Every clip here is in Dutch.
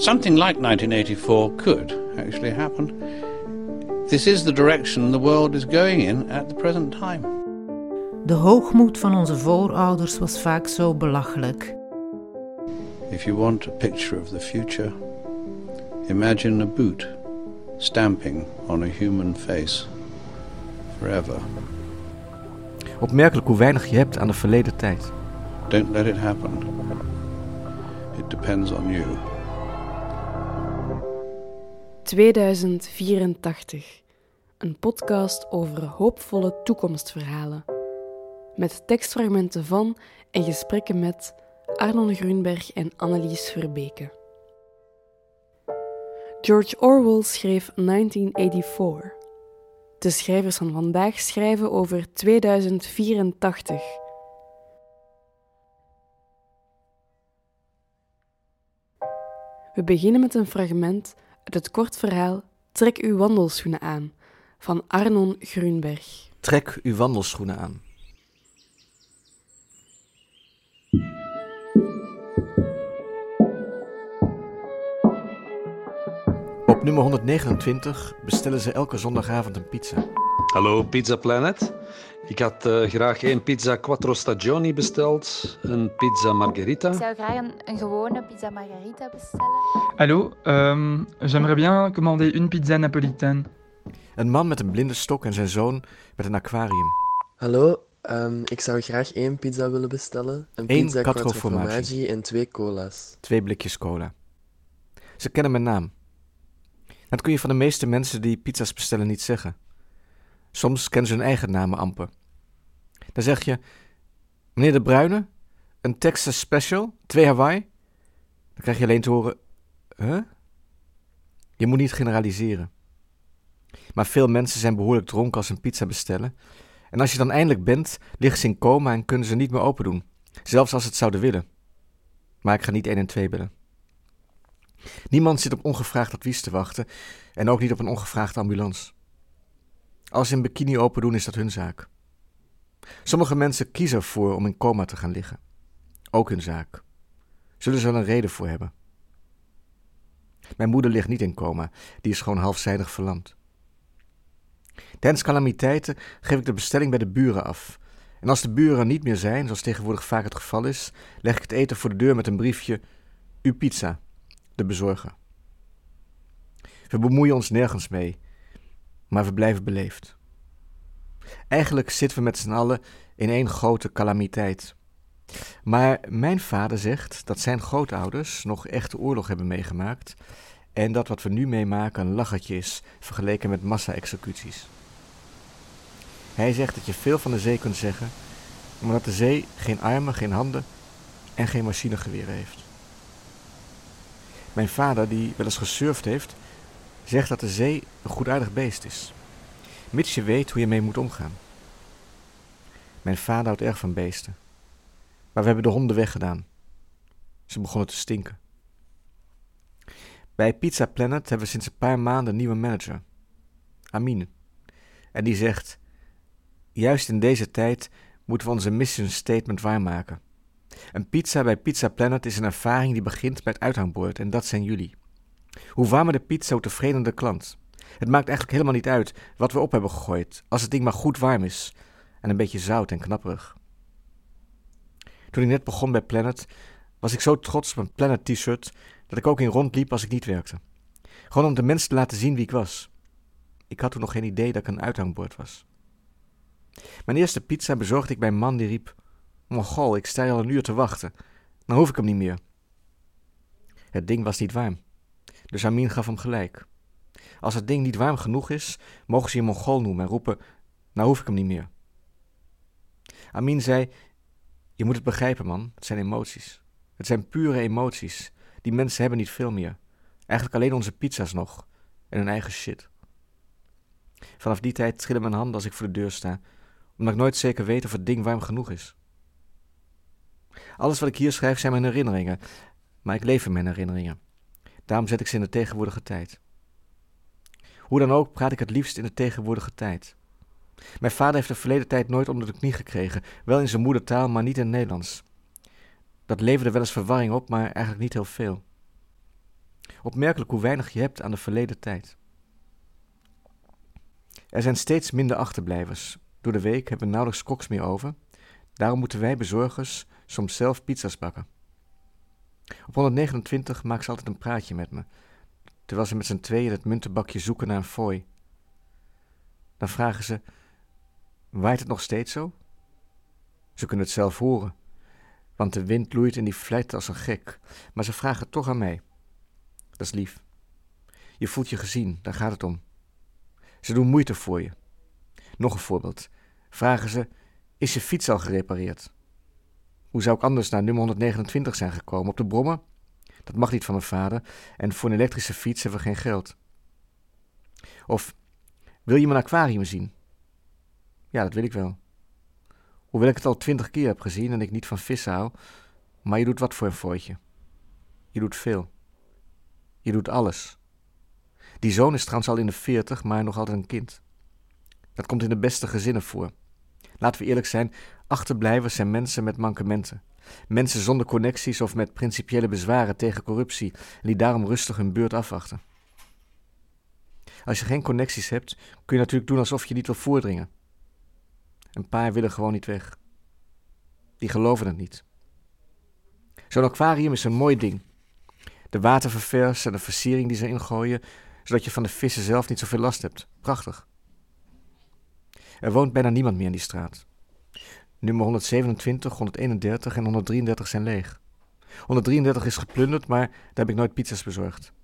Something like 1984 could actually happen. This is the direction the world is going in at the present time. De hoogmoed van onze voorouders was vaak zo belachelijk. If you want a picture of the future, imagine a boot stamping on a human face forever. Opmerkelijk hoe weinig je hebt aan de verleden tijd. Don't let it happen. It depends on you. 2084. Een podcast over hoopvolle toekomstverhalen. Met tekstfragmenten van en gesprekken met Arnon Grunberg en Annelies Verbeke. George Orwell schreef 1984. De schrijvers van vandaag schrijven over 2084. We beginnen met een fragment uit het kort verhaal Trek uw wandelschoenen aan van Arnon Grunberg. Trek uw wandelschoenen aan. Op nummer 129 bestellen ze elke zondagavond een pizza. Hallo Pizza Planet. Ik had graag 1 pizza quattro stagioni besteld, een pizza margherita. Ik zou graag een gewone pizza margherita bestellen. Allô, j'aimerais bien commander une pizza napolitaine. Een man met een blinde stok en zijn zoon met een aquarium. Hallo, ik zou graag 1 pizza willen bestellen. Een pizza quattro formaggi en 2 cola's. 2 blikjes cola. Ze kennen mijn naam. Dat kun je van de meeste mensen die pizza's bestellen niet zeggen. Soms kennen ze hun eigen namen amper. Dan zeg je, meneer De Bruyne, een Texas Special, 2 Hawaii. Dan krijg je alleen te horen, huh? Je moet niet generaliseren. Maar veel mensen zijn behoorlijk dronken als ze een pizza bestellen. En als je dan eindelijk bent, liggen ze in coma en kunnen ze niet meer open doen. Zelfs als ze het zouden willen. Maar ik ga niet 112 bellen. Niemand zit op ongevraagd advies te wachten en ook niet op een ongevraagde ambulance. Als ze een bikini open doen, is dat hun zaak. Sommige mensen kiezen ervoor om in coma te gaan liggen. Ook hun zaak. Zullen ze wel een reden voor hebben. Mijn moeder ligt niet in coma, die is gewoon halfzijdig verlamd. Tijdens calamiteiten geef ik de bestelling bij de buren af. En als de buren er niet meer zijn, zoals tegenwoordig vaak het geval is, leg ik het eten voor de deur met een briefje, uw pizza, de bezorger. We bemoeien ons nergens mee, maar we blijven beleefd. Eigenlijk zitten we met z'n allen in 1 grote calamiteit. Maar mijn vader zegt dat zijn grootouders nog echte oorlog hebben meegemaakt en dat wat we nu meemaken een lachertje is vergeleken met massa-executies. Hij zegt dat je veel van de zee kunt zeggen, maar dat de zee geen armen, geen handen en geen machinegeweren heeft. Mijn vader, die wel eens gesurfd heeft, zegt dat de zee een goedaardig beest is, mits je weet hoe je mee moet omgaan. Mijn vader houdt erg van beesten, maar we hebben de honden weggedaan. Ze begonnen te stinken. Bij Pizza Planet hebben we sinds een paar maanden een nieuwe manager, Amin. En die zegt, juist in deze tijd moeten we onze mission statement waarmaken. Een pizza bij Pizza Planet is een ervaring die begint bij het uithangbord en dat zijn jullie. Hoe warmer de pizza, hoe tevredener de klant. Het maakt eigenlijk helemaal niet uit wat we op hebben gegooid, als het ding maar goed warm is en een beetje zout en knapperig. Toen ik net begon bij Planet, was ik zo trots op mijn Planet t-shirt dat ik ook in rondliep als ik niet werkte. Gewoon om de mensen te laten zien wie ik was. Ik had toen nog geen idee dat ik een uithangbord was. Mijn eerste pizza bezorgde ik bij een man die riep, Mongool, ik sta hier al 1 uur te wachten. Dan hoef ik hem niet meer. Het ding was niet warm. Dus Amin gaf hem gelijk. Als het ding niet warm genoeg is, mogen ze je Mongool noemen en roepen, nou hoef ik hem niet meer. Amin zei, je moet het begrijpen man, het zijn emoties. Het zijn pure emoties. Die mensen hebben niet veel meer. Eigenlijk alleen onze pizza's nog. En hun eigen shit. Vanaf die tijd trillen mijn handen als ik voor de deur sta, omdat ik nooit zeker weet of het ding warm genoeg is. Alles wat ik hier schrijf zijn mijn herinneringen, maar ik leef in mijn herinneringen. Daarom zet ik ze in de tegenwoordige tijd. Hoe dan ook praat ik het liefst in de tegenwoordige tijd. Mijn vader heeft de verleden tijd nooit onder de knie gekregen, wel in zijn moedertaal, maar niet in het Nederlands. Dat leverde wel eens verwarring op, maar eigenlijk niet heel veel. Opmerkelijk hoe weinig je hebt aan de verleden tijd. Er zijn steeds minder achterblijvers. Door de week hebben we nauwelijks koks meer over. Daarom moeten wij bezorgers soms zelf pizza's bakken. Op 129 maken ze altijd een praatje met me, terwijl ze met z'n tweeën het muntenbakje zoeken naar een fooi. Dan vragen ze, waait het nog steeds zo? Ze kunnen het zelf horen, want de wind loeit en die fluit als een gek, maar ze vragen het toch aan mij. Dat is lief. Je voelt je gezien, daar gaat het om. Ze doen moeite voor je. Nog een voorbeeld. Vragen ze, is je fiets al gerepareerd? Hoe zou ik anders naar nummer 129 zijn gekomen? Op de brommer? Dat mag niet van mijn vader en voor een elektrische fiets hebben we geen geld. Of, wil je mijn aquarium zien? Ja, dat wil ik wel. Hoewel ik het al 20 keer heb gezien en ik niet van vissen hou, maar je doet wat voor een fooitje. Je doet veel. Je doet alles. Die zoon is trouwens al in de 40, maar nog altijd een kind. Dat komt in de beste gezinnen voor. Laten we eerlijk zijn, achterblijvers zijn mensen met mankementen. Mensen zonder connecties of met principiële bezwaren tegen corruptie en die daarom rustig hun beurt afwachten. Als je geen connecties hebt, kun je natuurlijk doen alsof je niet wil voordringen. Een paar willen gewoon niet weg. Die geloven het niet. Zo'n aquarium is een mooi ding. De waterververs en de versiering die ze ingooien, zodat je van de vissen zelf niet zoveel last hebt. Prachtig. Er woont bijna niemand meer in die straat. Nummer 127, 131 en 133 zijn leeg. 133 is geplunderd, maar daar heb ik nooit pizza's bezorgd.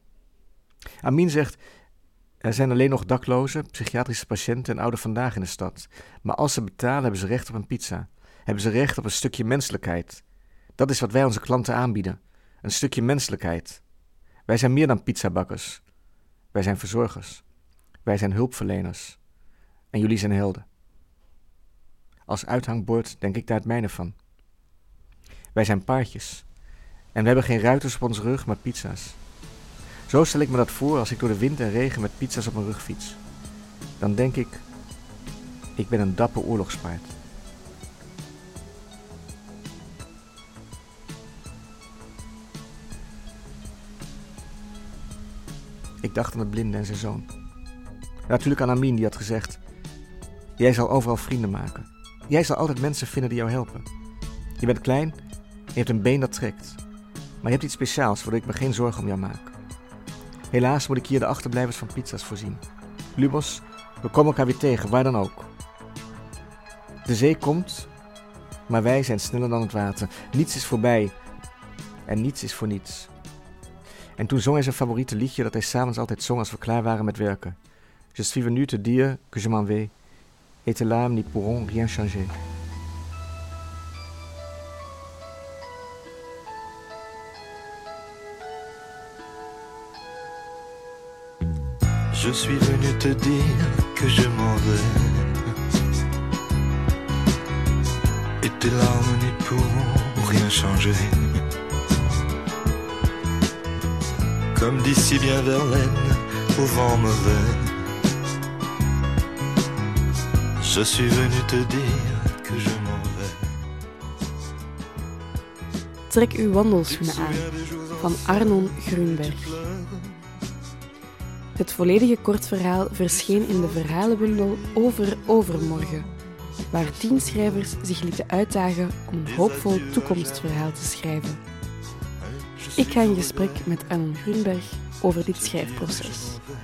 Amin zegt, er zijn alleen nog daklozen, psychiatrische patiënten en ouden vandaag in de stad. Maar als ze betalen, hebben ze recht op een pizza. Hebben ze recht op een stukje menselijkheid. Dat is wat wij onze klanten aanbieden. Een stukje menselijkheid. Wij zijn meer dan pizzabakkers. Wij zijn verzorgers. Wij zijn hulpverleners. En jullie zijn helden. Als uithangbord denk ik daar het mijne van. Wij zijn paardjes. En we hebben geen ruiters op onze rug, maar pizza's. Zo stel ik me dat voor als ik door de wind en regen met pizza's op mijn rug fiets. Dan denk ik ben een dapper oorlogspaard. Ik dacht aan het blinde en zijn zoon. Natuurlijk aan Amin die had gezegd, jij zal overal vrienden maken. Jij zal altijd mensen vinden die jou helpen. Je bent klein en je hebt een been dat trekt. Maar je hebt iets speciaals waardoor ik me geen zorgen om jou maak. Helaas moet ik hier de achterblijvers van pizza's voorzien. Lubos, we komen elkaar weer tegen, waar dan ook. De zee komt, maar wij zijn sneller dan het water. Niets is voorbij en niets is voor niets. En toen zong hij zijn favoriete liedje dat hij s'avonds altijd zong als we klaar waren met werken. Je suis venu te dire que je m'en vais, et tes larmes n'y pourront rien changer. Je suis venu te dire que je m'en vais, et tes larmes n'y pourront rien changer. Comme dit si bien Verlaine, au vent mauvais, je suis venu te dire que je m'en vais. Trek uw wandelschoenen aan, van Arnon Grunberg. Het volledige kortverhaal verscheen in de verhalenbundel Over Overmorgen, waar 10 schrijvers zich lieten uitdagen om een hoopvol toekomstverhaal te schrijven. Ik ga in gesprek met Arnon Grunberg over dit schrijfproces.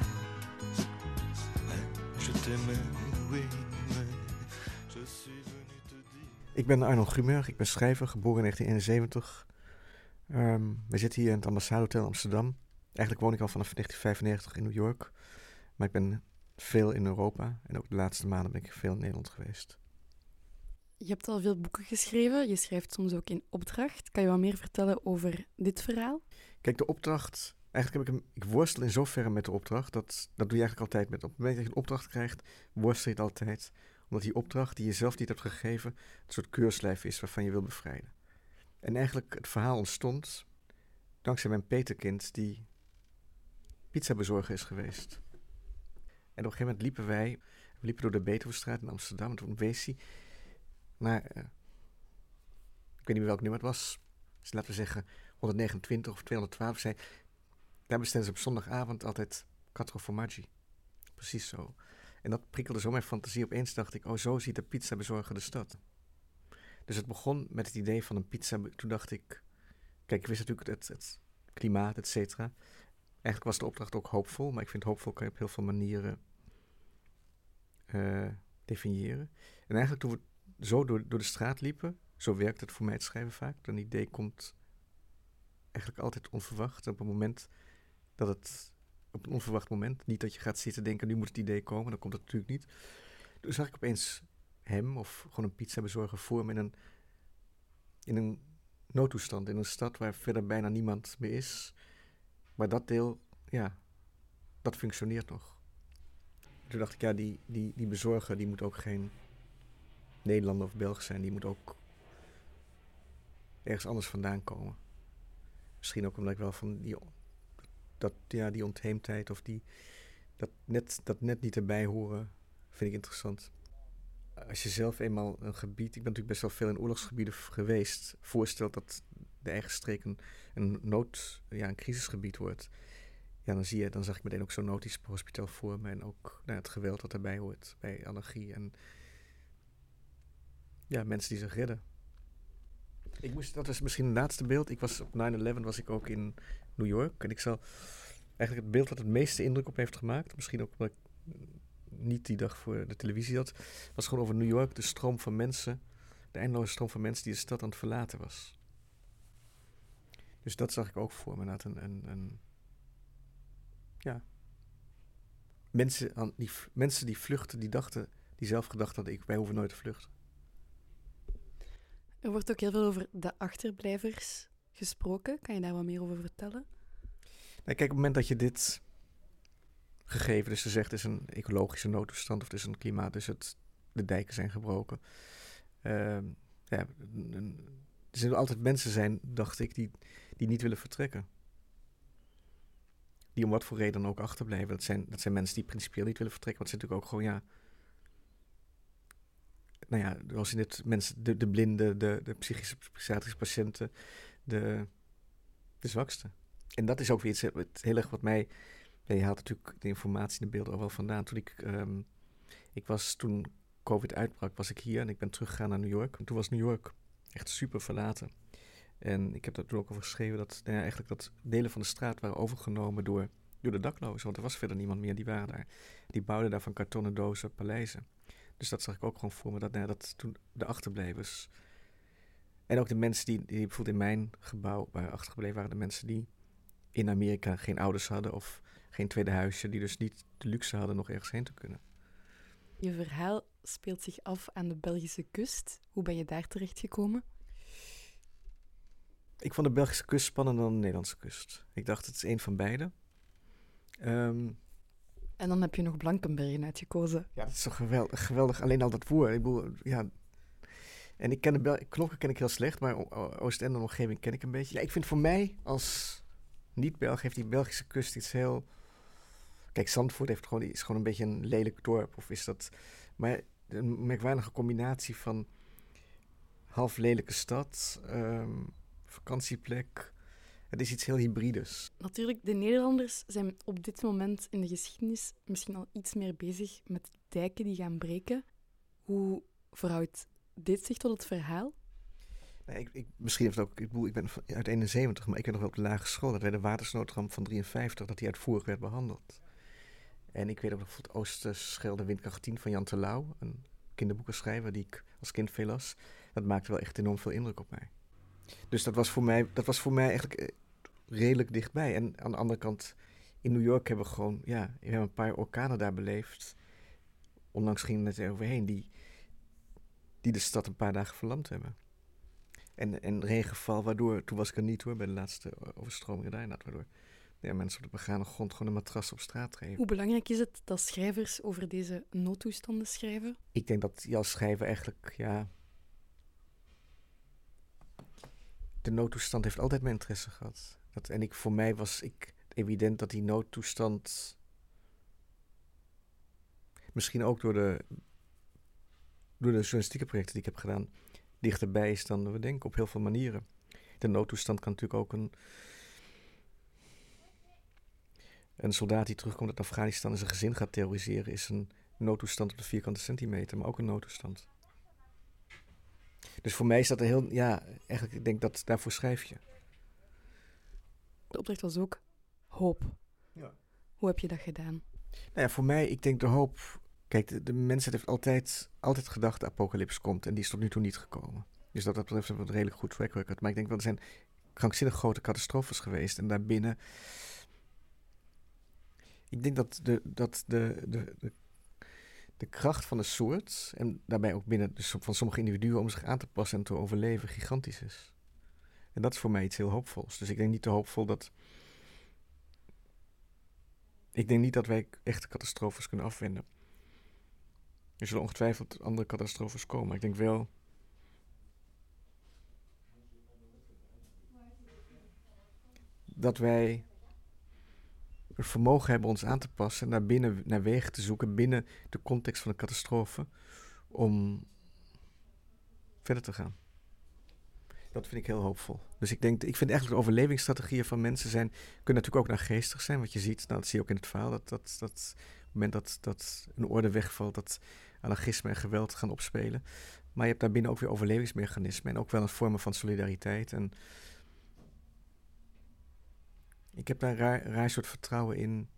Ik ben Arnon Grunberg, ik ben schrijver, geboren in 1971. We zitten hier in het Ambassadehotel Amsterdam. Eigenlijk woon ik al vanaf 1995 in New York. Maar ik ben veel in Europa en ook de laatste maanden ben ik veel in Nederland geweest. Je hebt al veel boeken geschreven, je schrijft soms ook in opdracht. Kan je wat meer vertellen over dit verhaal? Kijk, de opdracht... Eigenlijk ik worstel in zoverre met de opdracht, dat doe je eigenlijk altijd met. Op het moment dat je een opdracht krijgt, worstel je het altijd. Omdat die opdracht die je zelf niet hebt gegeven, een soort keurslijf is waarvan je wil bevrijden. En eigenlijk het verhaal ontstond dankzij mijn peterkind die pizzabezorger is geweest. En op een gegeven moment we liepen door de Beethovenstraat in Amsterdam, en toen wees hij naar, ik weet niet meer welk nummer het was, dus laten we zeggen 129 of 212, zei, daar bestellen ze op zondagavond altijd quattro formaggi. Precies zo. En dat prikkelde zo mijn fantasie. Opeens dacht ik, zo ziet de pizzabezorger de stad. Dus het begon met het idee van een pizza. Toen dacht ik, kijk, ik wist natuurlijk het klimaat, et cetera. Eigenlijk was de opdracht ook hoopvol, maar ik vind hoopvol kan je op heel veel manieren definiëren. En eigenlijk toen we zo door de straat liepen, zo werkt het voor mij het schrijven vaak. Een idee komt eigenlijk altijd onverwacht. Op een onverwacht moment, niet dat je gaat zitten denken, nu moet het idee komen, dan komt het natuurlijk niet. Toen zag ik opeens hem of gewoon een pizzabezorger voor me in een noodtoestand, in een stad waar verder bijna niemand meer is. Maar dat deel, dat functioneert nog. Toen dacht ik, die bezorger, die moet ook geen Nederlander of Belg zijn. Die moet ook ergens anders vandaan komen. Misschien ook omdat ik wel van die ontheemdheid of dat net niet erbij horen, vind ik interessant. Als je zelf eenmaal een gebied, ik ben natuurlijk best wel veel in oorlogsgebieden geweest, voorstelt dat de eigen streek een crisisgebied wordt. Ja, dan zag ik meteen ook zo'n noodhospitaal voor me en ook het geweld dat daarbij hoort, bij anarchie en mensen die zich redden. Dat was misschien het laatste beeld. Ik was op 9/11 was ik ook in New York en ik zal eigenlijk het beeld dat het meeste indruk op heeft gemaakt, misschien ook omdat ik niet die dag voor de televisie had, was gewoon over New York, de stroom van mensen, de eindeloze stroom van mensen die de stad aan het verlaten was. Dus dat zag ik ook voor me. Mensen die vluchten, die zelf gedacht hadden, wij hoeven nooit te vluchten. Er wordt ook heel veel over de achterblijvers gesproken. Kan je daar wat meer over vertellen? Kijk, op het moment dat je dit gegeven, dus ze zegt het is een ecologische noodtoestand of het is een klimaat, dus de dijken zijn gebroken. Er zullen altijd mensen zijn, dacht ik, die niet willen vertrekken. Die om wat voor reden dan ook achterblijven. Dat zijn mensen die principieel niet willen vertrekken, want het zijn natuurlijk ook gewoon, zoals in dit mensen, de blinden, de psychiatrische patiënten, de zwakste. En dat is ook weer iets heel erg wat mij. Je haalt natuurlijk de informatie en de beelden al wel vandaan. Toen COVID uitbrak, was ik hier en ik ben teruggegaan naar New York. En toen was New York echt super verlaten. En ik heb daar toen ook over geschreven dat delen van de straat waren overgenomen door de daklozen. Want er was verder niemand meer, die waren daar. Die bouwden daar van kartonnen dozen paleizen. Dus dat zag ik ook gewoon voor me, dat toen de achterblijvers. En ook de mensen die bijvoorbeeld in mijn gebouw waren achtergebleven, waren de mensen die in Amerika geen ouders hadden of geen tweede huisje, die dus niet de luxe hadden nog ergens heen te kunnen. Je verhaal speelt zich af aan de Belgische kust. Hoe ben je daar terechtgekomen? Ik vond de Belgische kust spannender dan de Nederlandse kust. Ik dacht, het is één van beide. En dan heb je nog Blankenbergen uitgekozen. Ja, dat is toch geweldig. Alleen al dat woord. Ik bedoel, En ik ken Knokken ken ik heel slecht, maar Oostende omgeving ken ik een beetje. Ja, ik vind voor mij als niet-Belg heeft die Belgische kust iets heel. Kijk, Zandvoort is gewoon een beetje een lelijk dorp, of is dat. Maar een merkwaardige combinatie van half lelijke stad, vakantieplek. Het is iets heel hybrides. Natuurlijk, de Nederlanders zijn op dit moment in de geschiedenis misschien al iets meer bezig met dijken die gaan breken. Hoe verhoudt dit zich tot het verhaal? Nee, misschien heeft het ook. Ik ben uit 71, maar ik weet nog wel op de lagere school dat wij de watersnoodramp van 53, dat die uitvoerig werd behandeld. En ik weet ook nog het Oosterschelde Windkracht 10 van Jan Terlouw, een kinderboekenschrijver die ik als kind veel las. Dat maakte wel echt enorm veel indruk op mij. Dus dat was voor mij eigenlijk redelijk dichtbij. En aan de andere kant, in New York hebben we we hebben een paar orkanen daar beleefd. Onlangs ging het net overheen, die de stad een paar dagen verlamd hebben. En regenval, waardoor, toen was ik er niet hoor, bij de laatste overstromingen daar, waardoor mensen op de begane grond gewoon een matras op straat geven. Hoe belangrijk is het dat schrijvers over deze noodtoestanden schrijven? Ik denk dat je als schrijver eigenlijk, de noodtoestand heeft altijd mijn interesse gehad. Voor mij was evident dat die noodtoestand, misschien ook door de journalistieke projecten die ik heb gedaan, dichterbij is dan we denken op heel veel manieren. De noodtoestand kan natuurlijk ook een soldaat die terugkomt uit Afghanistan en zijn gezin gaat terroriseren, is een noodtoestand op de vierkante centimeter, maar ook een noodtoestand. Dus voor mij is dat eigenlijk, ik denk dat daarvoor schrijf je. De opdracht was ook hoop. Ja. Hoe heb je dat gedaan? Nou ja, voor mij, ik denk de hoop. Kijk, de mensheid heeft altijd gedacht de apocalyps komt en die is tot nu toe niet gekomen. Dus dat betreft hebben we een redelijk goed track record. Maar ik denk wel, er zijn krankzinnig grote catastrofes geweest en daarbinnen. Ik denk dat de kracht van de soort en daarbij ook binnen van sommige individuen om zich aan te passen en te overleven gigantisch is. En dat is voor mij iets heel hoopvols. Dus ik denk niet te hoopvol dat. Ik denk niet dat wij echte catastrofes kunnen afwenden. Er zullen ongetwijfeld andere catastrofes komen. Ik denk wel. Dat wij het vermogen hebben ons aan te passen, naar wegen te zoeken binnen de context van de catastrofe, om verder te gaan. Dat vind ik heel hoopvol. Dus ik vind eigenlijk de overlevingsstrategieën van mensen kunnen natuurlijk ook naargeestig zijn. Wat je ziet, nou, dat zie je ook in het verhaal, dat op het moment dat een orde wegvalt, dat anarchisme en geweld gaan opspelen. Maar je hebt daarbinnen ook weer overlevingsmechanismen en ook wel een vorm van solidariteit. En ik heb daar een raar soort vertrouwen in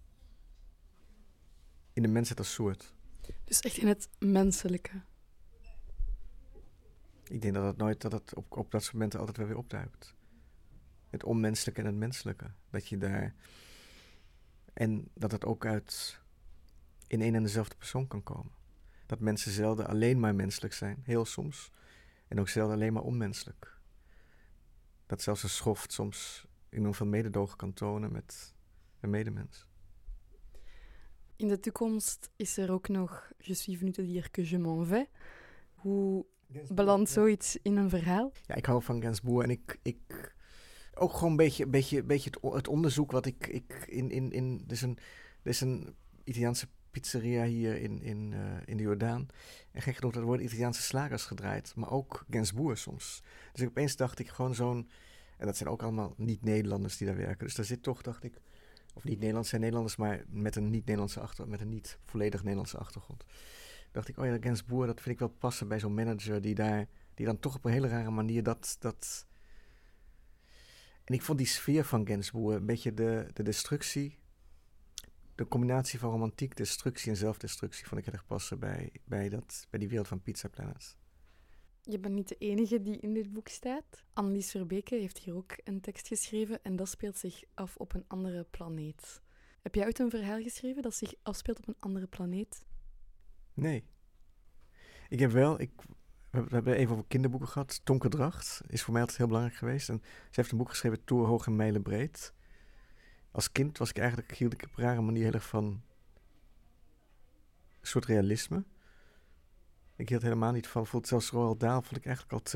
de mensheid als soort. Dus echt in het menselijke. Ik denk dat het op dat soort momenten altijd wel weer opduikt. Het onmenselijke en het menselijke. Dat je daar. En dat het ook uit in één en dezelfde persoon kan komen. Dat mensen zelden alleen maar menselijk zijn, heel soms. En ook zelden alleen maar onmenselijk. Dat zelfs een schoft soms enorm veel mededogen kan tonen met een medemens. In de toekomst is er ook nog Je suis venu te dire que je m'en vais. Hoe belandt zoiets in een verhaal? Ja, ik hou van Gainsbourg en ik ook gewoon een beetje het onderzoek wat ik in er is een Italiaanse pizzeria hier in de Jordaan. En gek genoeg, er worden Italiaanse slagers gedraaid, maar ook Gainsbourg soms. Dus opeens dacht ik gewoon zo'n. En dat zijn ook allemaal niet-Nederlanders die daar werken. Dus daar zit toch, dacht ik, of niet-Nederlanders zijn Nederlanders, maar met een niet-Nederlandse achtergrond, met een niet volledig Nederlandse achtergrond. Dacht ik, oh ja, Gainsbourg, dat vind ik wel passen bij zo'n manager die dan toch op een hele rare manier dat. En ik vond die sfeer van Gainsbourg een beetje de destructie, de combinatie van romantiek, destructie en zelfdestructie vond ik heel erg passen bij die wereld van Pizza Planet. Je bent niet de enige die in dit boek staat. Annelies Verbeke heeft hier ook een tekst geschreven en dat speelt zich af op een andere planeet. Heb jij ooit een verhaal geschreven dat zich afspeelt op een andere planeet? Nee. Ik heb wel. We hebben even over kinderboeken gehad. Tonke Dracht is voor mij altijd heel belangrijk geweest. En ze heeft een boek geschreven, Torenhoog en Mijlenbreed. Als kind hield ik op een rare manier heel erg van een soort realisme. Ik hield helemaal niet van. Zelfs Roald Dahl vond ik eigenlijk al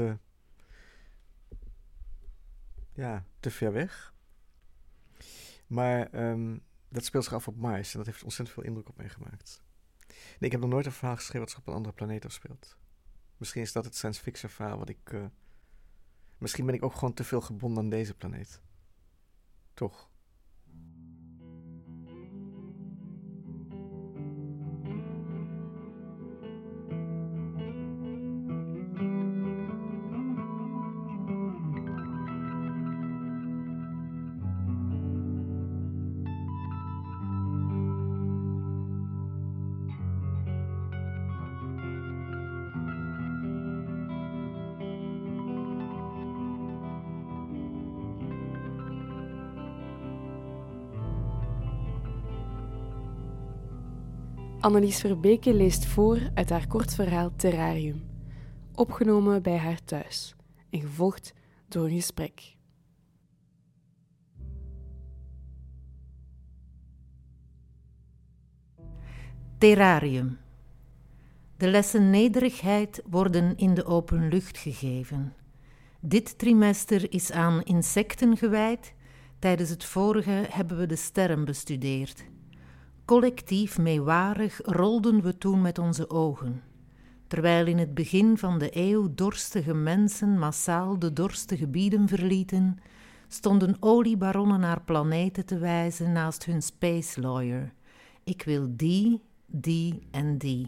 te ver weg. Maar dat speelt zich af op Mars en dat heeft ontzettend veel indruk op mij gemaakt. Nee, ik heb nog nooit een verhaal geschreven dat zich op een andere planeet afspeelt. Misschien is dat het science fiction verhaal wat ik. Misschien ben ik ook gewoon te veel gebonden aan deze planeet. Toch? Annelies Verbeke leest voor uit haar kort verhaal Terrarium, opgenomen bij haar thuis en gevolgd door een gesprek. Terrarium. De lessen nederigheid worden in de open lucht gegeven. Dit trimester is aan insecten gewijd. Tijdens het vorige hebben we de sterren bestudeerd. Collectief meewarig rolden we toen met onze ogen. Terwijl in het begin van de eeuw dorstige mensen massaal de dorste gebieden verlieten, stonden oliebaronnen naar planeten te wijzen naast hun space lawyer. Ik wil die, die en die.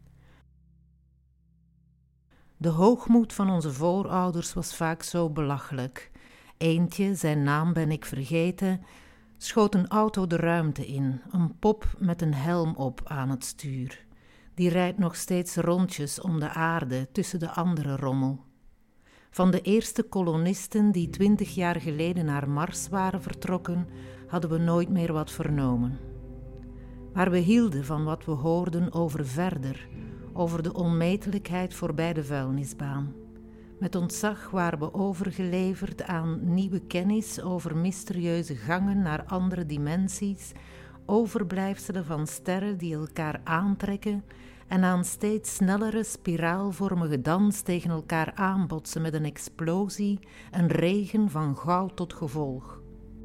De hoogmoed van onze voorouders was vaak zo belachelijk. Eentje, zijn naam ben ik vergeten, schoot een auto de ruimte in, een pop met een helm op aan het stuur. Die rijdt nog steeds rondjes om de aarde tussen de andere rommel. Van de eerste kolonisten die 20 jaar geleden naar Mars waren vertrokken, hadden we nooit meer wat vernomen. Maar we hielden van wat we hoorden over verder, over de onmetelijkheid voorbij de vuilnisbaan. Met ontzag waren we overgeleverd aan nieuwe kennis over mysterieuze gangen naar andere dimensies, overblijfselen van sterren die elkaar aantrekken en aan steeds snellere spiraalvormige dans tegen elkaar aanbotsen met een explosie, een regen van goud tot gevolg.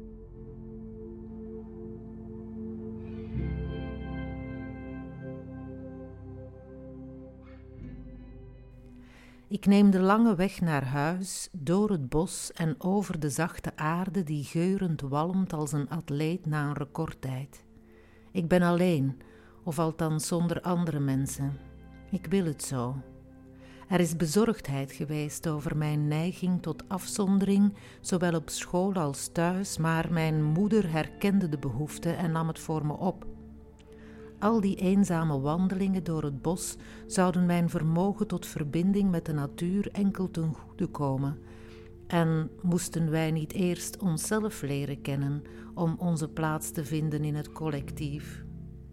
Ik neem de lange weg naar huis, door het bos en over de zachte aarde die geurend walmt als een atleet na een recordtijd. Ik ben alleen, of althans zonder andere mensen. Ik wil het zo. Er is bezorgdheid geweest over mijn neiging tot afzondering, zowel op school als thuis, maar mijn moeder herkende de behoefte en nam het voor me op. Al die eenzame wandelingen door het bos zouden mijn vermogen tot verbinding met de natuur enkel ten goede komen. En moesten wij niet eerst onszelf leren kennen om onze plaats te vinden in het collectief?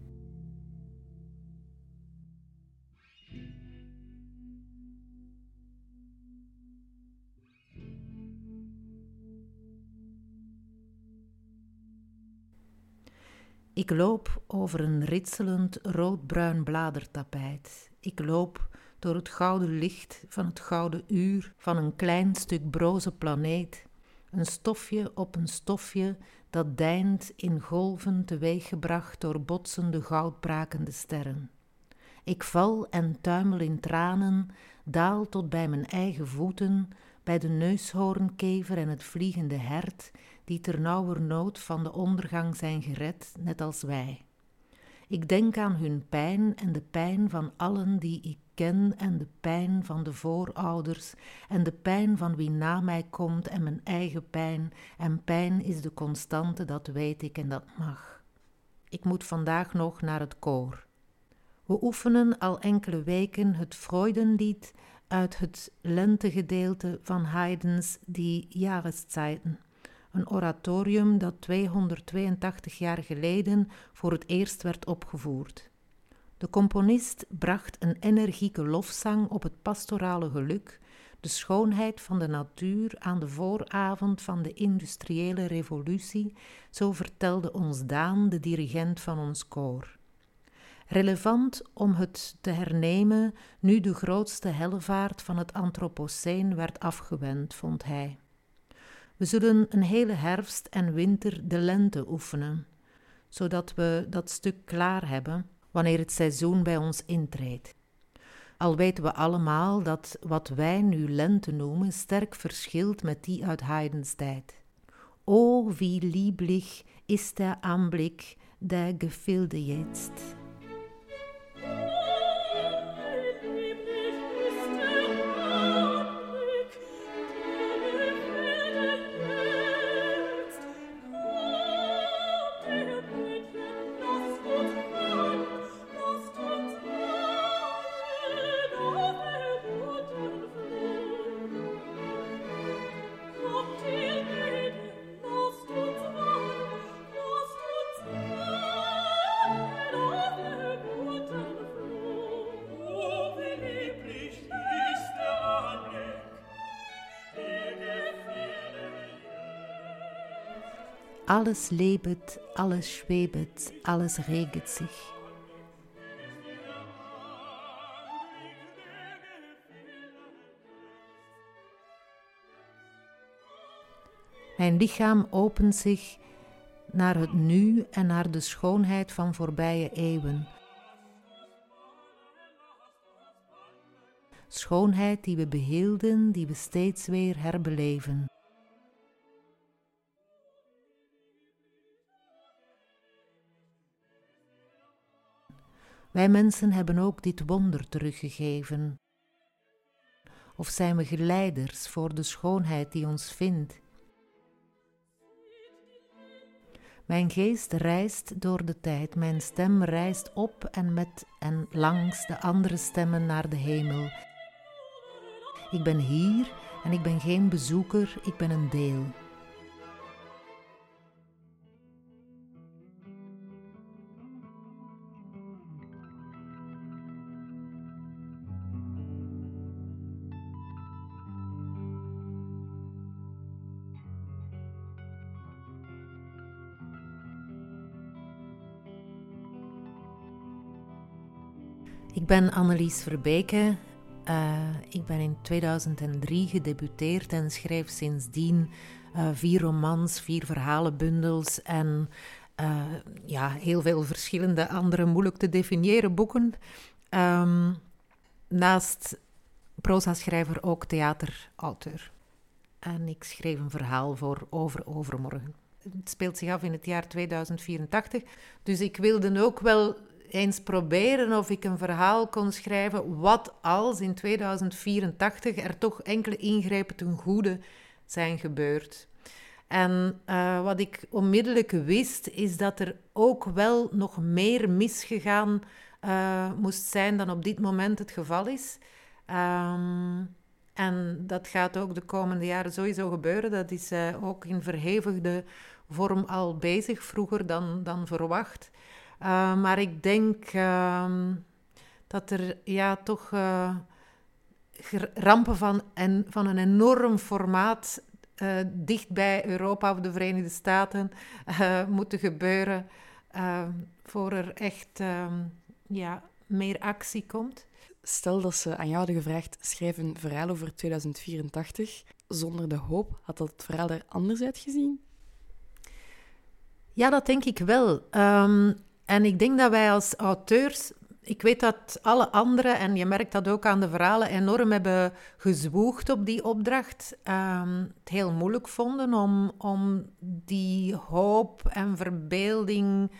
Ik loop over een ritselend roodbruin bladertapijt. Ik loop door het gouden licht van het gouden uur van een klein stuk broze planeet. Een stofje op een stofje dat deint in golven teweeggebracht door botsende goudbrakende sterren. Ik val en tuimel in tranen, daal tot bij mijn eigen voeten, bij de neushoornkever en het vliegende hert, die ternauwernood van de ondergang zijn gered, net als wij. Ik denk aan hun pijn en de pijn van allen die ik ken en de pijn van de voorouders en de pijn van wie na mij komt en mijn eigen pijn. En pijn is de constante, dat weet ik en dat mag. Ik moet vandaag nog naar het koor. We oefenen al enkele weken het Freudenlied uit het lentegedeelte van Haydn's Die Jahreszeiten, een oratorium dat 282 jaar geleden voor het eerst werd opgevoerd. De componist bracht een energieke lofzang op het pastorale geluk, de schoonheid van de natuur aan de vooravond van de industriële revolutie, zo vertelde ons Daan, de dirigent van ons koor. Relevant om het te hernemen nu de grootste hellevaart van het Anthropoceen werd afgewend, vond hij. We zullen een hele herfst en winter de lente oefenen, zodat we dat stuk klaar hebben wanneer het seizoen bij ons intreedt. Al weten we allemaal dat wat wij nu lente noemen sterk verschilt met die uit Haydns tijd. O, wie lieblich ist der Anblick der Gefilde jetzt. Alles lebet, alles schwebet, alles reget sich. Mijn lichaam opent zich naar het nu en naar de schoonheid van voorbije eeuwen. Schoonheid die we behielden, die we steeds weer herbeleven. Wij mensen hebben ook dit wonder teruggegeven. Of zijn we geleiders voor de schoonheid die ons vindt? Mijn geest reist door de tijd, mijn stem reist op en met en langs de andere stemmen naar de hemel. Ik ben hier en ik ben geen bezoeker, ik ben een deel. Ik ben Annelies Verbeke. Ik ben in 2003 gedebuteerd en schreef sindsdien 4 romans, 4 verhalenbundels en heel veel verschillende andere moeilijk te definiëren boeken. Naast proza-schrijver ook theaterauteur. En ik schreef een verhaal voor Overmorgen. Het speelt zich af in het jaar 2084, dus ik wilde ook wel eens proberen of ik een verhaal kon schrijven wat als in 2084 er toch enkele ingrepen ten goede zijn gebeurd. En wat ik onmiddellijk wist, is dat er ook wel nog meer misgegaan moest zijn dan op dit moment het geval is. En dat gaat ook de komende jaren sowieso gebeuren. Dat is ook in verhevigde vorm al bezig, vroeger dan verwacht. Maar ik denk dat er toch rampen van een enorm formaat dicht bij Europa of de Verenigde Staten moeten gebeuren voor er echt meer actie komt. Stel dat ze aan jou hadden gevraagd, schrijf een verhaal over 2084. Zonder de hoop, had dat verhaal er anders uitgezien? Ja, dat denk ik wel. En ik denk dat wij als auteurs, ik weet dat alle anderen, en je merkt dat ook aan de verhalen, enorm hebben gezwoegd op die opdracht. Het heel moeilijk vonden om die hoop en verbeelding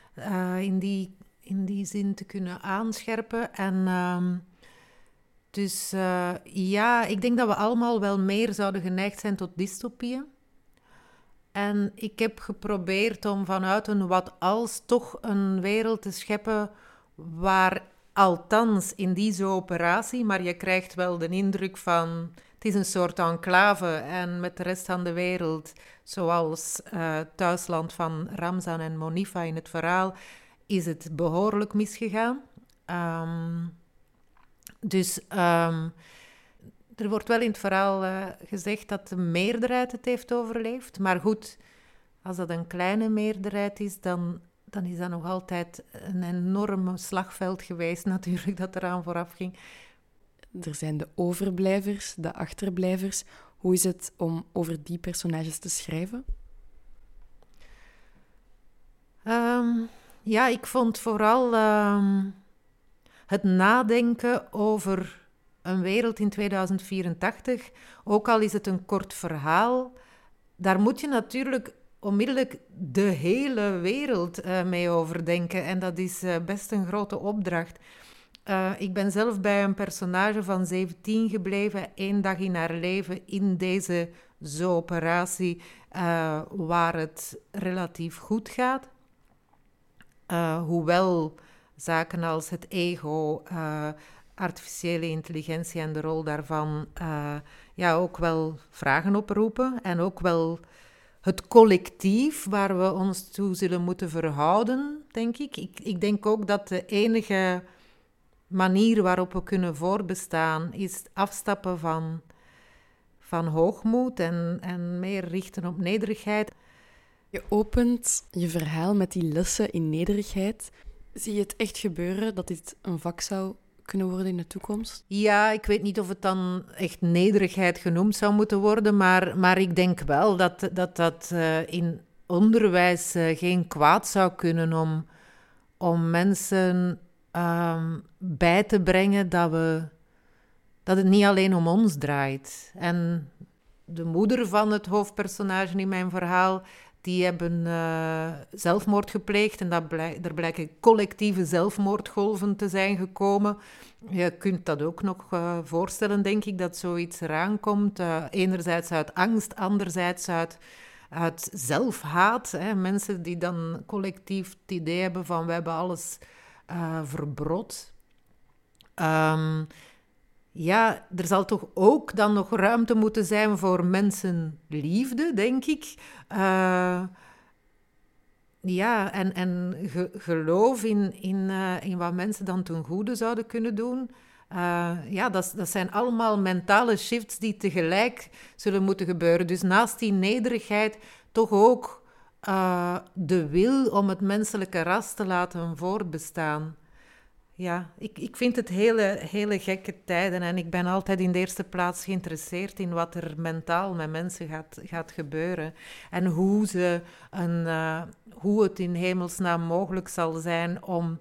in die zin te kunnen aanscherpen. En ik denk dat we allemaal wel meer zouden geneigd zijn tot dystopieën. En ik heb geprobeerd om vanuit een wat als toch een wereld te scheppen waar althans in deze operatie, maar je krijgt wel de indruk van het is een soort enclave en met de rest van de wereld, zoals thuisland van Ramzan en Monifa in het verhaal, is het behoorlijk misgegaan. Er wordt wel in het verhaal gezegd dat de meerderheid het heeft overleefd. Maar goed, als dat een kleine meerderheid is, dan is dat nog altijd een enorm slagveld geweest natuurlijk dat eraan vooraf ging. Er zijn de overblijvers, de achterblijvers. Hoe is het om over die personages te schrijven? Ik vond vooral het nadenken over een wereld in 2084, ook al is het een kort verhaal, daar moet je natuurlijk onmiddellijk de hele wereld mee overdenken. En dat is best een grote opdracht. Ik ben zelf bij een personage van 17 gebleven, 1 dag in haar leven in deze operatie, waar het relatief goed gaat. Hoewel zaken als het ego, artificiële intelligentie en de rol daarvan ook wel vragen oproepen. En ook wel het collectief waar we ons toe zullen moeten verhouden, denk ik. Ik denk ook dat de enige manier waarop we kunnen voortbestaan is afstappen van hoogmoed en meer richten op nederigheid. Je opent je verhaal met die lessen in nederigheid. Zie je het echt gebeuren dat dit een vak zou kunnen worden in de toekomst? Ja, ik weet niet of het dan echt nederigheid genoemd zou moeten worden, maar ik denk wel dat in onderwijs geen kwaad zou kunnen om mensen bij te brengen dat het niet alleen om ons draait. En de moeder van het hoofdpersonage in mijn verhaal, die hebben zelfmoord gepleegd en er blijken collectieve zelfmoordgolven te zijn gekomen. Je kunt dat ook nog voorstellen, denk ik, dat zoiets eraan komt. Enerzijds uit angst, anderzijds uit zelfhaat. Hè. Mensen die dan collectief het idee hebben van we hebben alles verbrot. Ja, er zal toch ook dan nog ruimte moeten zijn voor mensenliefde, denk ik. Ja, en geloof in wat mensen dan ten goede zouden kunnen doen. Ja, dat zijn allemaal mentale shifts die tegelijk zullen moeten gebeuren. Dus naast die nederigheid toch ook de wil om het menselijke ras te laten voortbestaan. Ja, ik vind het hele gekke tijden en ik ben altijd in de eerste plaats geïnteresseerd in wat er mentaal met mensen gaat gebeuren. En hoe het in hemelsnaam mogelijk zal zijn om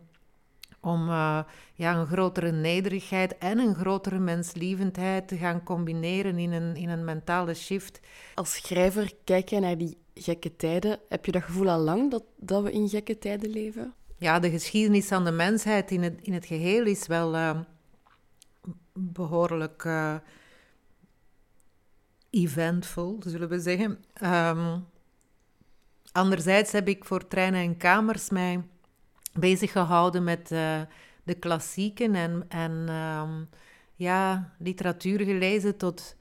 een grotere nederigheid en een grotere menslievendheid te gaan combineren in een mentale shift. Als schrijver kijk jij naar die gekke tijden. Heb je dat gevoel al lang dat we in gekke tijden leven? Ja, de geschiedenis van de mensheid in het geheel is wel behoorlijk eventvol, zullen we zeggen. Anderzijds heb ik voor Treinen en Kamers mij bezig gehouden met de klassieken en literatuur gelezen tot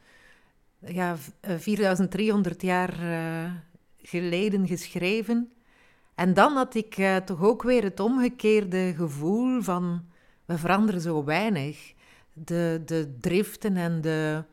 4300 jaar geleden geschreven. En dan had ik toch ook weer het omgekeerde gevoel van we veranderen zo weinig. De driften en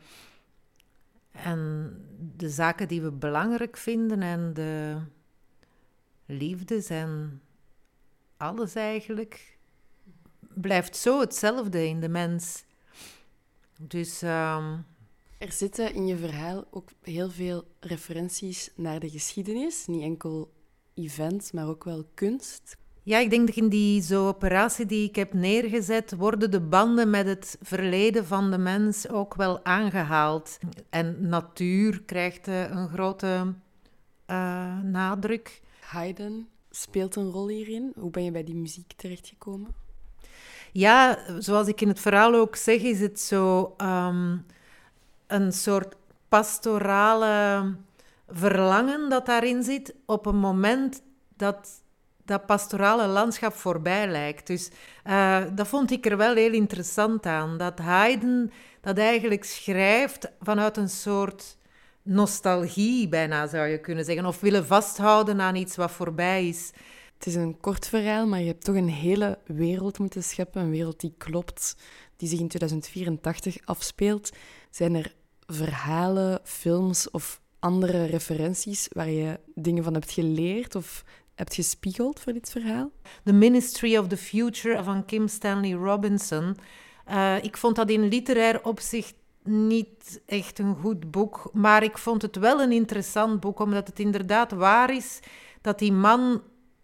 de zaken die we belangrijk vinden en de liefdes en alles eigenlijk blijft zo hetzelfde in de mens. Dus er zitten in je verhaal ook heel veel referenties naar de geschiedenis, niet enkel event, maar ook wel kunst. Ja, ik denk dat in die operatie die ik heb neergezet, worden de banden met het verleden van de mens ook wel aangehaald. En natuur krijgt een grote nadruk. Haydn speelt een rol hierin. Hoe ben je bij die muziek terechtgekomen? Ja, zoals ik in het verhaal ook zeg, is het zo een soort pastorale verlangen dat daarin zit op een moment dat pastorale landschap voorbij lijkt. Dus dat vond ik er wel heel interessant aan. Dat Haydn dat eigenlijk schrijft vanuit een soort nostalgie, bijna zou je kunnen zeggen. Of willen vasthouden aan iets wat voorbij is. Het is een kort verhaal, maar je hebt toch een hele wereld moeten scheppen. Een wereld die klopt, die zich in 2084 afspeelt. Zijn er verhalen, films of andere referenties waar je dingen van hebt geleerd of hebt gespiegeld voor dit verhaal? The Ministry of the Future van Kim Stanley Robinson. Ik vond dat in literair opzicht niet echt een goed boek, maar ik vond het wel een interessant boek, omdat het inderdaad waar is dat die man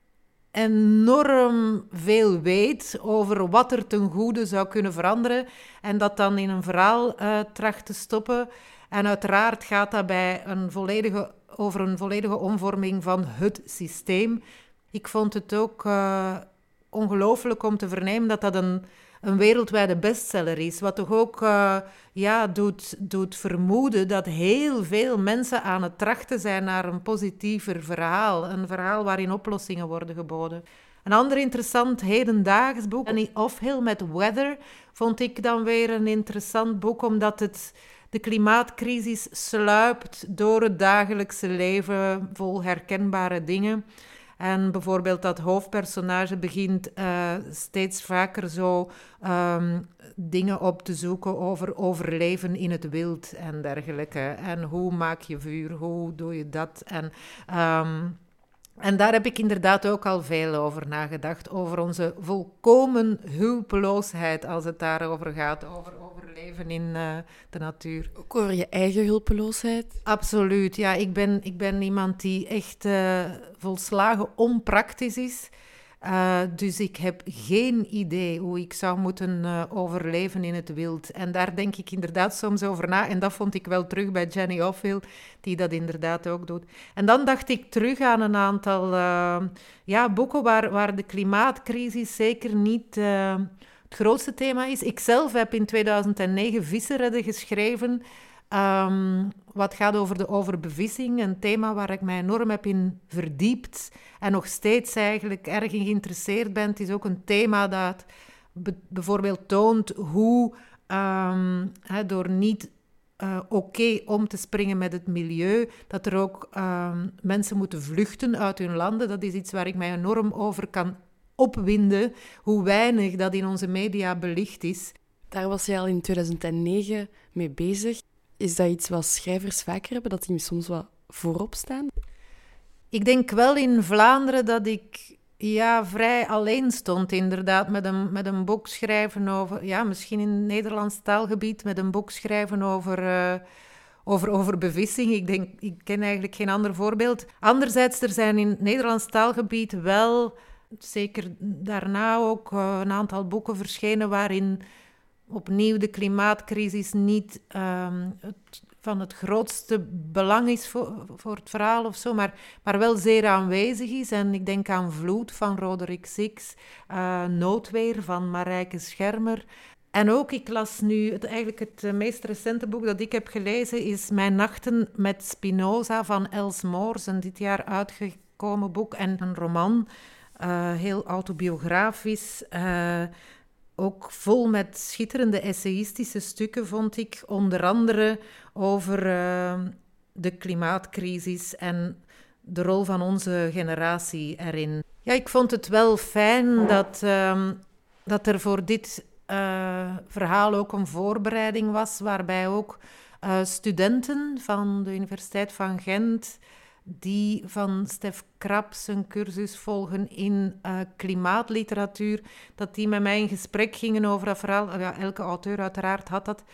enorm veel weet over wat er ten goede zou kunnen veranderen en dat dan in een verhaal tracht te stoppen. En uiteraard gaat dat over een volledige omvorming van het systeem. Ik vond het ook ongelooflijk om te vernemen dat dat een wereldwijde bestseller is. Wat toch ook doet vermoeden dat heel veel mensen aan het trachten zijn naar een positiever verhaal. Een verhaal waarin oplossingen worden geboden. Een ander interessant hedendaags boek, Annie Offhill met Weather, vond ik dan weer een interessant boek, omdat het de klimaatcrisis sluipt door het dagelijkse leven vol herkenbare dingen. En bijvoorbeeld dat hoofdpersonage begint steeds vaker zo dingen op te zoeken over overleven in het wild en dergelijke. En hoe maak je vuur, hoe doe je dat? En daar heb ik inderdaad ook al veel over nagedacht. Over onze volkomen hulpeloosheid als het daarover gaat. Over overleven in de natuur. Ook over je eigen hulpeloosheid? Absoluut. Ja, ik ben iemand die echt volslagen onpraktisch is. Dus ik heb geen idee hoe ik zou moeten overleven in het wild. En daar denk ik inderdaad soms over na. En dat vond ik wel terug bij Jenny Offill, die dat inderdaad ook doet. En dan dacht ik terug aan een aantal boeken waar de klimaatcrisis zeker niet het grootste thema is. Ik zelf heb in 2009 Vissen redden geschreven, wat gaat over de overbevissing, een thema waar ik mij enorm heb in verdiept en nog steeds eigenlijk erg in geïnteresseerd ben. Het is ook een thema dat bijvoorbeeld toont hoe door niet oké om te springen met het milieu, dat er ook mensen moeten vluchten uit hun landen. Dat is iets waar ik mij enorm over kan opwinden, hoe weinig dat in onze media belicht is. Daar was je al in 2009 mee bezig. Is dat iets wat schrijvers vaker hebben, dat die soms wat voorop staan? Ik denk wel in Vlaanderen dat ik vrij alleen stond, inderdaad, met een boek schrijven over... misschien in het Nederlands taalgebied, met een boek schrijven over bevissing. Ik ken eigenlijk geen ander voorbeeld. Anderzijds, er zijn in het Nederlands taalgebied wel, zeker daarna ook, een aantal boeken verschenen waarin opnieuw de klimaatcrisis niet van het grootste belang is voor het verhaal of zo, maar wel zeer aanwezig is. En ik denk aan Vloed van Roderick Six, Noodweer van Marijke Schermer. En ook, ik las nu, het meest recente boek dat ik heb gelezen is Mijn nachten met Spinoza van Els Moors, een dit jaar uitgekomen boek en een roman, heel autobiografisch, ook vol met schitterende essayistische stukken, vond ik. Onder andere over de klimaatcrisis en de rol van onze generatie erin. Ja, ik vond het wel fijn dat er voor dit verhaal ook een voorbereiding was, waarbij ook studenten van de Universiteit van Gent, die van Stef Kraps een cursus volgen in klimaatliteratuur, dat die met mij in gesprek gingen over dat verhaal. Ja, elke auteur uiteraard had dat.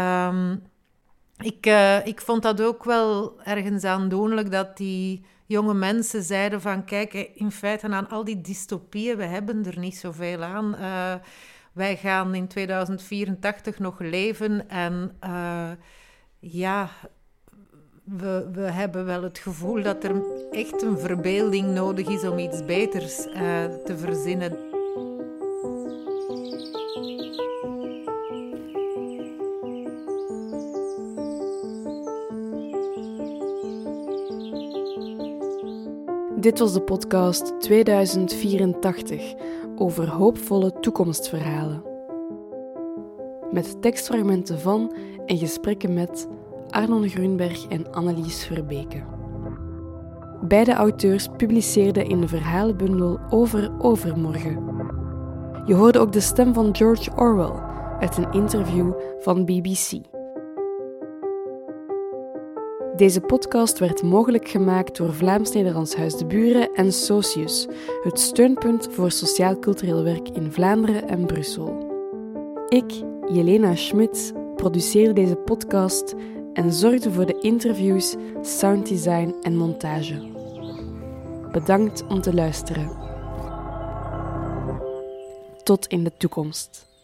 Ik vond dat ook wel ergens aandoenlijk dat die jonge mensen zeiden van kijk, in feite aan al die dystopieën, we hebben er niet zoveel aan. Wij gaan in 2084 nog leven en we hebben wel het gevoel dat er echt een verbeelding nodig is om iets beters te verzinnen. Dit was de podcast 2084 over hoopvolle toekomstverhalen. Met tekstfragmenten van en gesprekken met Arnon Grunberg en Annelies Verbeke. Beide auteurs publiceerden in de verhalenbundel Over Overmorgen. Je hoorde ook de stem van George Orwell uit een interview van BBC. Deze podcast werd mogelijk gemaakt door Vlaams-Nederlands Huis de Buren en Socius, het steunpunt voor sociaal-cultureel werk in Vlaanderen en Brussel. Ik, Jelena Schmidt, produceerde deze podcast en zorgde voor de interviews, sounddesign en montage. Bedankt om te luisteren. Tot in de toekomst.